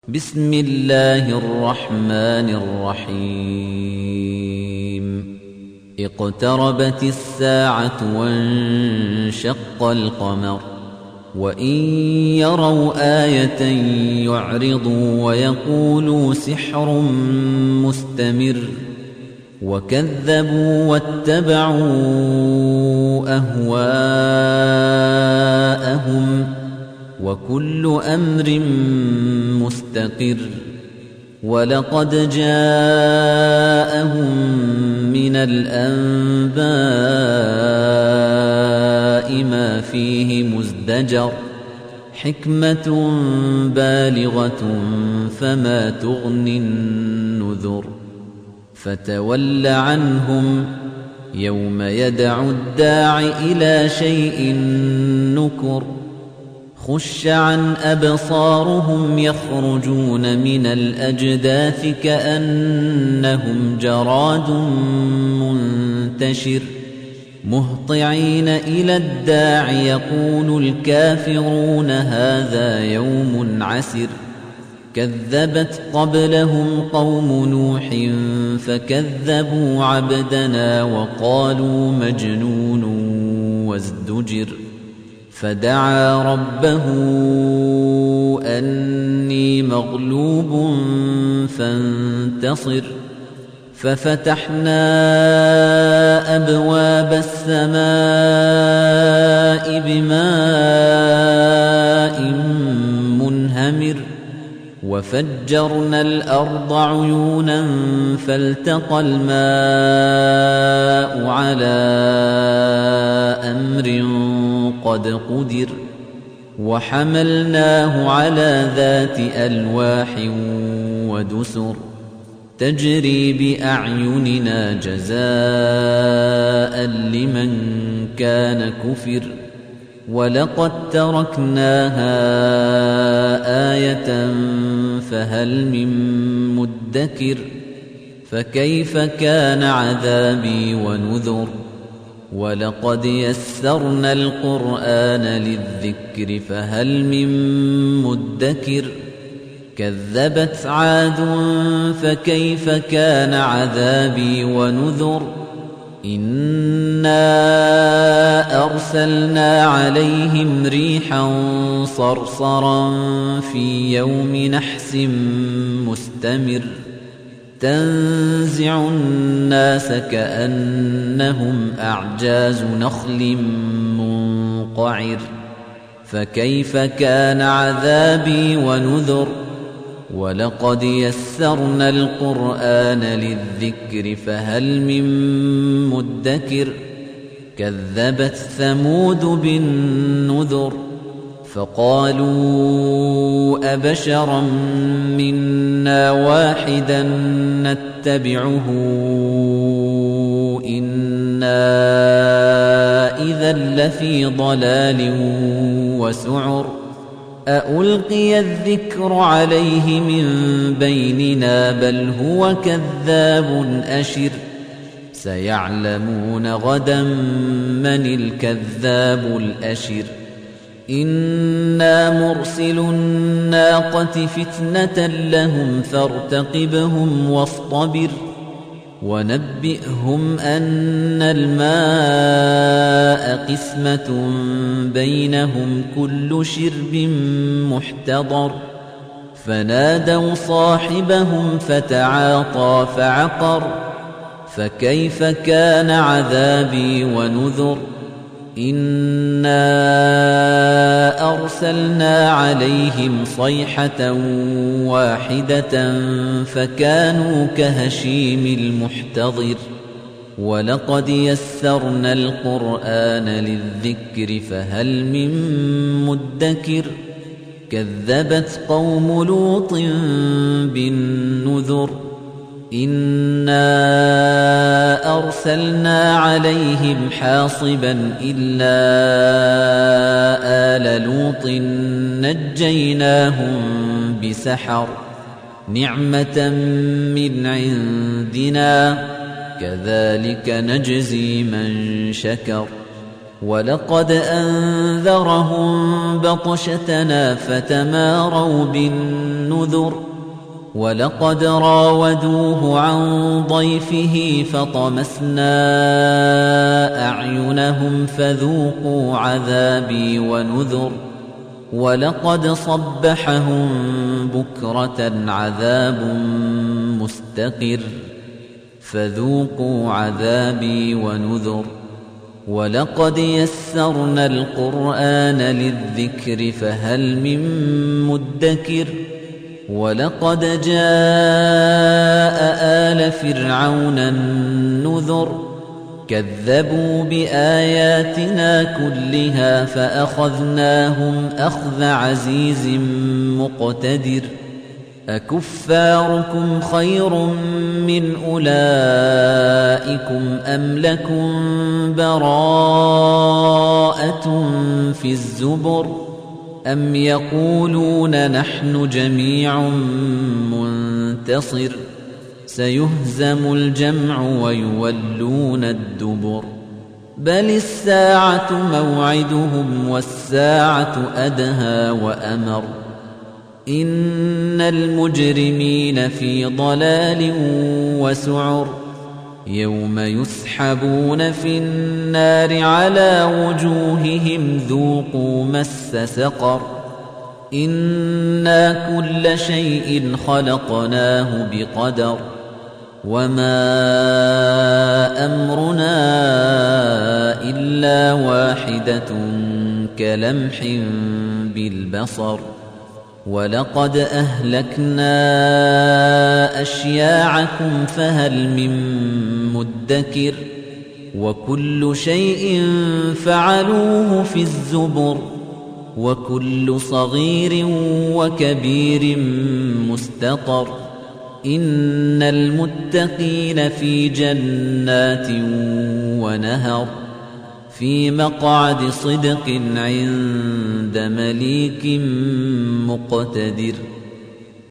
بسم الله الرحمن الرحيم اقتربت الساعة وانشق القمر وإن يروا آية يعرضوا ويقولوا سحر مستمر وكذبوا واتبعوا أهواءهم وكل أمر مستقر ولقد جاءهم من الأنباء ما فيه مزدجر حكمة بالغة فما تغني النذر فتول عنهم يوم يدعو الداع إلى شيء نكر خش عن أبصارهم يخرجون من الأجداث كأنهم جراد منتشر مهطعين إلى الداع يقول الكافرون هذا يوم عسر كذبت قبلهم قوم نوح فكذبوا عبدنا وقالوا مجنون وازدجر فدعا ربه أني مغلوب فانتصر ففتحنا أبواب السماء بماء منهمر وفجرنا الأرض عيونا فالتقى الماء على أمر قد قدر وحملناه على ذات ألواح ودسر تجري بأعيننا جزاء لمن كان كفر ولقد تركناها آية فهل من مدكر فكيف كان عذابي ونذر ولقد يسرنا القرآن للذكر فهل من مدكر كذبت عاد فكيف كان عذابي ونذر إنا أرسلنا عليهم ريحا صرصرا في يوم نحس مستمر تنزع الناس كأنهم أعجاز نخل منقعر فكيف كان عذابي ونذر ولقد يسرنا القرآن للذكر فهل من مدكر كذبت ثمود بالنذر فقالوا أبشرا منا واحدا نتبعه إنا إذا لفي ضلال وسعر أألقي الذكر عليه من بيننا بل هو كذاب أشر سيعلمون غدا من الكذاب الأشر إنا مرسل الناقة فتنة لهم فارتقبهم واصطبر ونبئهم أن الماء قسمة بينهم كل شرب محتضر فنادوا صاحبهم فتعاطى فعقر فكيف كان عذابي ونذر إنا أرسلنا عليهم صيحة واحدة فكانوا كهشيم المحتضر ولقد يسرنا القرآن للذكر فهل من مدكر كذبت قوم لوط بالنذر إنا أرسلنا عليهم حاصبا إلا آل لوط نجيناهم بسحر نعمة من عندنا كذلك نجزي من شكر وَلَقَدْ أَنذَرَهُم بَطْشَتَنَا فَتَمَارَوْا بِالنُّذُرِ وَلَقَدْ رَاوَدُوهُ عَن ضَيْفِهِ فَطَمَسْنَا أَعْيُنَهُمْ فَذُوقُوا عَذَابِي وَنُذُرِ وَلَقَدْ صَبَّحَهُم بُكْرَةً عَذَابٌ مُسْتَقِرٌّ فَذُوقُوا عَذَابِي وَنُذُرِ وَلَقَدْ يَسَّرْنَا الْقُرْآنَ لِلذِّكْرِ فَهَلْ مِن مُّدَّكِرٍ وَلَقَدْ جَاءَ آلَ فِرْعَوْنَ النُّذُرُ كَذَّبُوا بِآيَاتِنَا كُلِّهَا فَأَخَذْنَاهُمْ أَخْذَ عَزِيزٍ مُّقْتَدِرٍ أَكُفَّارُكُمْ خَيْرٌ مِّنْ أُولَئِكُمْ أَمْ لَكُمْ بَرَاءَةٌ فِي الزُّبُرِ أَمْ يَقُولُونَ نَحْنُ جَمِيعٌ مُّنتَصِرٌ سَيُهْزَمُ الْجَمْعُ وَيُوَلُّونَ الدُّبُرَ بَلِ السَّاعَةُ مَوْعِدُهُمْ وَالسَّاعَةُ أَدْهَىٰ وَأَمَرُّ إِنَّ الْمُجْرِمِينَ فِي ضَلَالٍ وَسُعُرٍ يَوْمَ يُسْحَبُونَ فِي النَّارِ عَلَىٰ وُجُوهِهِمْ ذُوقُوا مَسَّ سَقَرَ إِنَّا كُلَّ شَيْءٍ خَلَقْنَاهُ بِقَدَرٍ وَمَا أَمْرُنَا إِلَّا وَاحِدَةٌ كَلَمْحٍ بِالْبَصَرِ وَلَقَدْ أَهْلَكْنَا أَشْيَاعَكُمْ فَهَلْ مِن مُّدَّكِرٍ وَكُلُّ شَيْءٍ فَعَلُوهُ فِي الزُّبُرِ وَكُلُّ صَغِيرٍ وَكَبِيرٍ مُسْتَطَرٍ إِنَّ الْمُتَّقِينَ فِي جَنَّاتٍ وَنَهَرٍ في مقعد صدق عند مليك مقتدر